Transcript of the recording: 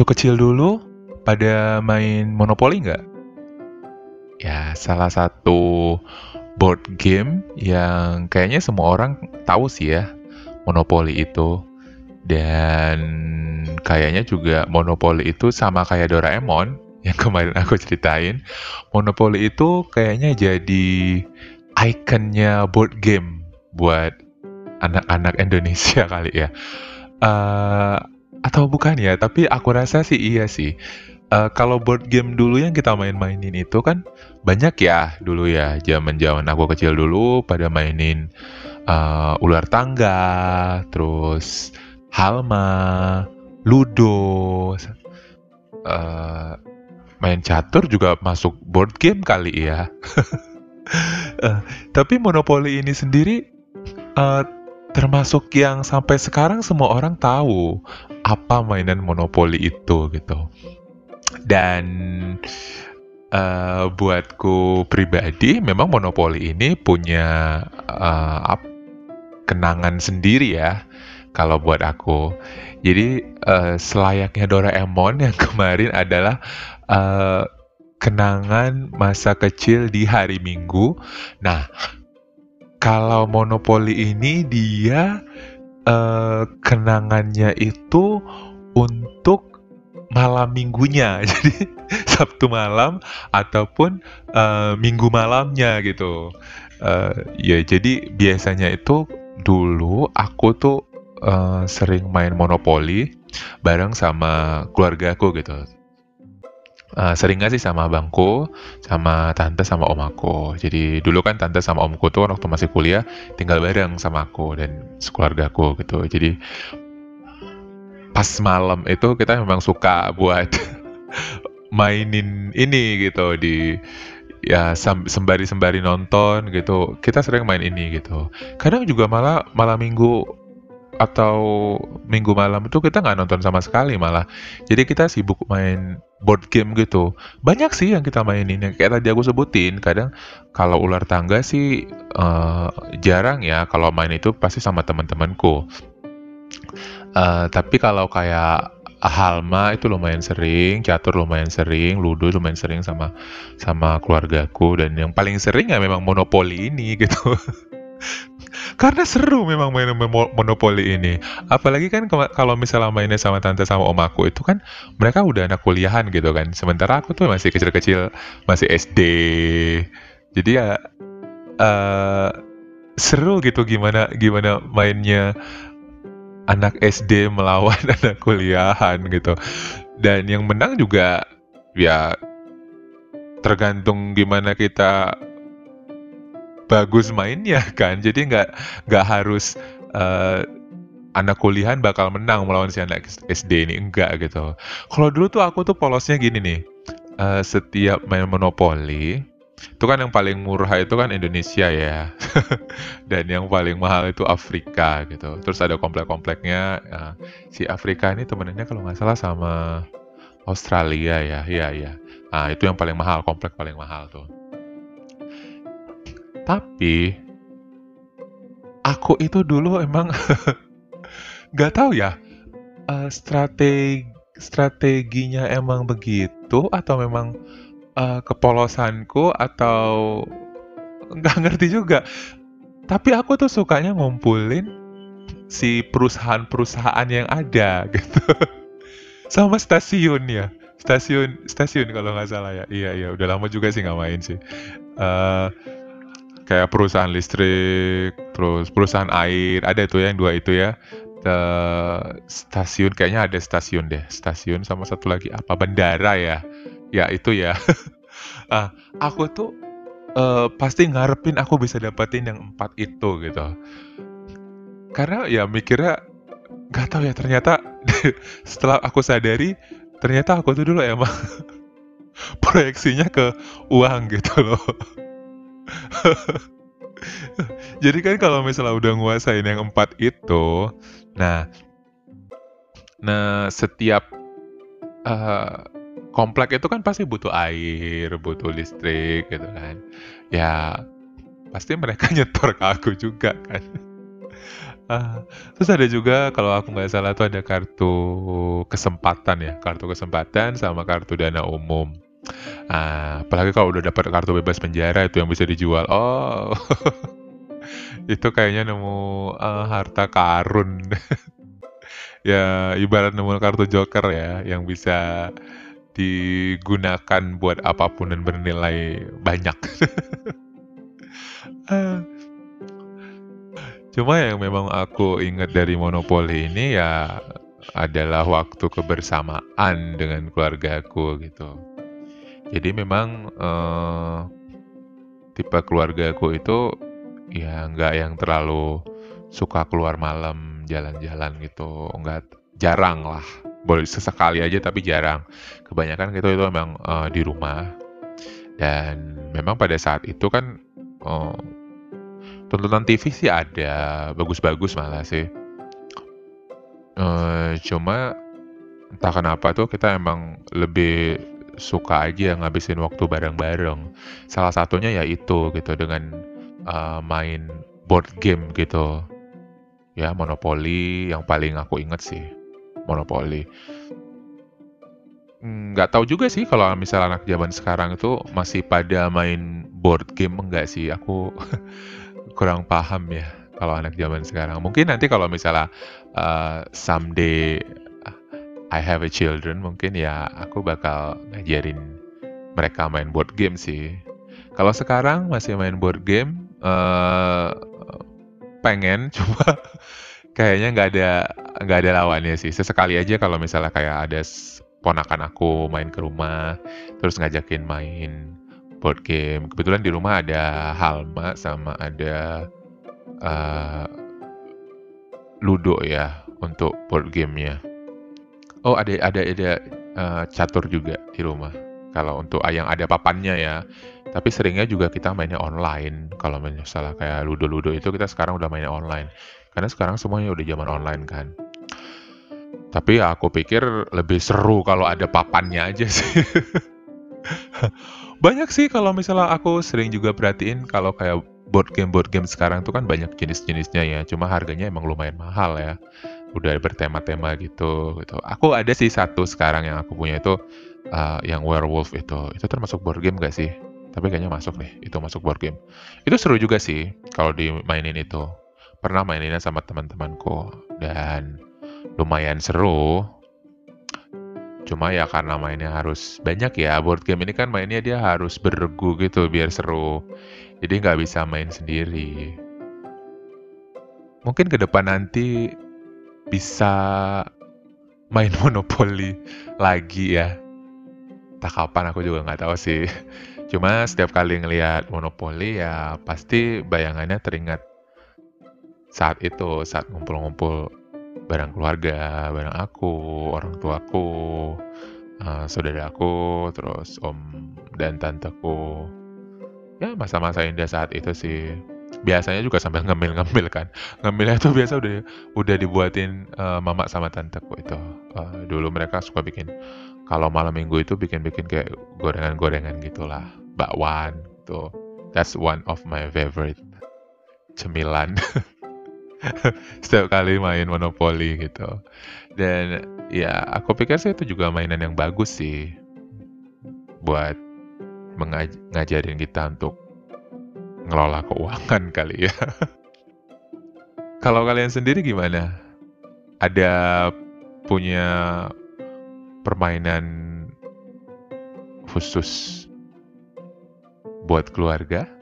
kecil dulu pada main Monopoly nggak? Ya, salah satu board game yang kayaknya semua orang tahu sih ya, Monopoly itu. Dan kayaknya juga Monopoly itu sama kayak Doraemon yang kemarin aku ceritain. Monopoly itu kayaknya jadi ikonnya board game buat anak-anak Indonesia kali ya. Eh, atau bukan ya, tapi aku rasa sih iya sih. Kalau board game dulu yang kita mainin itu kan banyak ya dulu ya, zaman-zaman aku kecil dulu pada mainin ular tangga, terus Halma, Ludo, eh, main catur juga masuk board game kali ya. Eh, tapi Monopoly ini sendiri eh, termasuk yang sampai sekarang semua orang tahu apa mainan Monopoly itu gitu. Dan buatku pribadi, memang Monopoly ini punya kenangan sendiri ya, kalau buat aku. Jadi selayaknya Doraemon yang kemarin adalah eh, kenangan masa kecil di hari Minggu. Nah, kalau Monopoly ini dia kenangannya itu untuk malam minggunya. Jadi Sabtu malam ataupun Minggu malamnya gitu. Ya jadi biasanya itu dulu aku tuh sering main Monopoly bareng sama keluargaku gitu. Seringnya sih sama abangku, sama tante, sama om aku. Jadi dulu kan tante sama omku tuh waktu masih kuliah tinggal bareng sama aku dan sekeluargaku gitu. Jadi pas malam itu kita memang suka buat mainin ini gitu di ya sembari-sembari nonton gitu. Kita sering main ini gitu. Kadang juga malah malam minggu atau minggu malam itu kita nggak nonton sama sekali malah. Jadi kita sibuk main board game gitu. Banyak sih yang kita mainin yang kayak tadi aku sebutin. Kadang kalau ular tangga sih jarang ya. Kalau main itu pasti sama teman-temanku. Tapi kalau kayak Halma itu lumayan sering, catur lumayan sering, ludo lumayan sering sama sama keluargaku dan yang paling sering ya memang monopoli ini gitu. Karena seru memang main monopoli ini. Apalagi kan kalau misalnya mainnya sama tante sama om aku itu kan mereka udah anak kuliahan gitu kan. Sementara aku tuh masih kecil-kecil, masih SD. Jadi ya eh seru gitu gimana gimana mainnya anak SD melawan anak kuliahan gitu. Dan yang menang juga ya tergantung gimana kita bagus mainnya kan. Jadi nggak harus eh, anak kuliahan bakal menang melawan si anak SD ini enggak gitu. Kalau dulu tuh aku tuh polosnya gini nih. Setiap main monopoli itu kan yang paling murah itu kan Indonesia ya. Dan yang paling mahal itu Afrika gitu. Terus ada komplek-kompleknya. Si Afrika ini temenannya kalau nggak salah sama Australia ya. Iya, iya. Nah, itu yang paling mahal, komplek paling mahal tuh. Tapi aku itu dulu emang nggak tahu ya, strateginya emang begitu atau memang kepolosanku atau nggak ngerti juga. Tapi aku tuh sukanya ngumpulin si perusahaan-perusahaan yang ada gitu. Sama stasiun ya. Stasiun kalau nggak salah ya. Iya, iya. Udah lama juga sih nggak main sih. Eh kayak perusahaan listrik, terus perusahaan air. Ada tuh yang dua itu ya. Stasiun, kayaknya ada stasiun deh. Stasiun sama satu lagi apa? Bandara ya. Ya itu ya. Aku tuh pasti ngarepin aku bisa dapetin yang 4 itu gitu. Karena ya mikirnya nggak tahu ya ternyata setelah aku sadari ternyata aku tuh dulu emang proyeksinya ke uang gitu loh. Jadi kan kalau misalnya udah nguasain yang 4 itu, nah nah setiap eh, komplek itu kan pasti butuh air, butuh listrik gitu kan. Ya pasti mereka nyetor ke aku juga kan. Ah, terus ada juga kalau aku nggak salah tuh ada kartu kesempatan ya, kartu kesempatan sama kartu dana umum. Apalagi kalau udah dapat kartu bebas penjara itu yang bisa dijual. Oh, itu kayaknya nemu, harta karun. Ya ibarat nemu kartu joker ya, yang bisa digunakan buat apapun dan bernilai banyak. Ah, Cuma yang memang aku ingat dari monopoli ini ya adalah waktu kebersamaan dengan keluargaku gitu. Jadi memang, tipe keluargaku itu ya nggak yang terlalu suka keluar malam, jalan-jalan gitu, nggak jarang lah. Boleh sesekali aja tapi jarang. Kebanyakan gitu itu memang, di rumah dan memang pada saat itu kan, eee, tontonan TV sih ada, bagus-bagus malah sih. Cuma entah kenapa tuh kita emang lebih suka aja ngabisin waktu bareng-bareng. Salah satunya ya itu gitu dengan, main board game gitu. Ya monopoli yang paling aku inget sih, monopoli. Nggak tahu juga sih kalau misalnya anak zaman sekarang itu masih pada main board game enggak sih, aku kurang paham ya kalau anak zaman sekarang. Mungkin nanti kalau misalnya, someday I have a children, mungkin ya aku bakal ngajarin mereka main board game sih. Kalau sekarang masih main board game, pengen, cuma kayaknya nggak ada lawannya sih. Sesekali aja kalau misalnya kayak ada ponakan aku main ke rumah, terus ngajakin main board game. Kebetulan di rumah ada Halma sama ada, eee, Ludo ya untuk board game-nya. Oh catur juga di rumah, kalau untuk yang ada papannya ya. Tapi seringnya juga kita mainnya online, kalau misalnya kayak ludo-ludo itu kita sekarang udah mainnya online. Karena sekarang semuanya udah zaman online kan. Tapi ya aku pikir lebih seru kalau ada papannya aja sih. Banyak sih kalau misalnya aku sering juga perhatiin kalau kayak board game sekarang tuh kan banyak jenis-jenisnya ya, cuma harganya emang lumayan mahal ya. Udah bertema-tema gitu. Aku ada sih satu sekarang yang aku punya itu, yang werewolf itu. Itu termasuk board game nggak sih? Tapi kayaknya masuk deh, itu masuk board game. Itu seru juga sih kalau dimainin itu. Pernah maininnya sama teman-temanku dan lumayan seru. Cuma ya karena mainnya harus banyak ya, board game ini kan mainnya dia harus beregu gitu biar seru. Jadi nggak bisa main sendiri. Mungkin ke depan nanti bisa main monopoli lagi ya. Entah kapan aku juga nggak tahu sih. Cuma setiap kali ngelihat monopoli ya pasti bayangannya teringat saat itu, saat ngumpul-ngumpul bareng keluarga, bareng aku, orang tuaku, saudaraku, terus om dan tanteku. Ya masa-masa indah saat itu sih. Biasanya juga sambil ngemil-ngemil kan. Ngemilnya tuh biasa udah dibuatin, mama sama tanteku itu. Dulu mereka suka bikin kalau malam minggu itu bikin-bikin kayak gorengan-gorengan gitulah, bakwan gitu. That's one of my favorite cemilan setiap kali main monopoli gitu. Dan ya aku pikir sih itu juga mainan yang bagus sih buat ngajarin kita untuk ngelola keuangan kali ya. Kalau kalian sendiri gimana? Ada punya permainan khusus buat keluarga?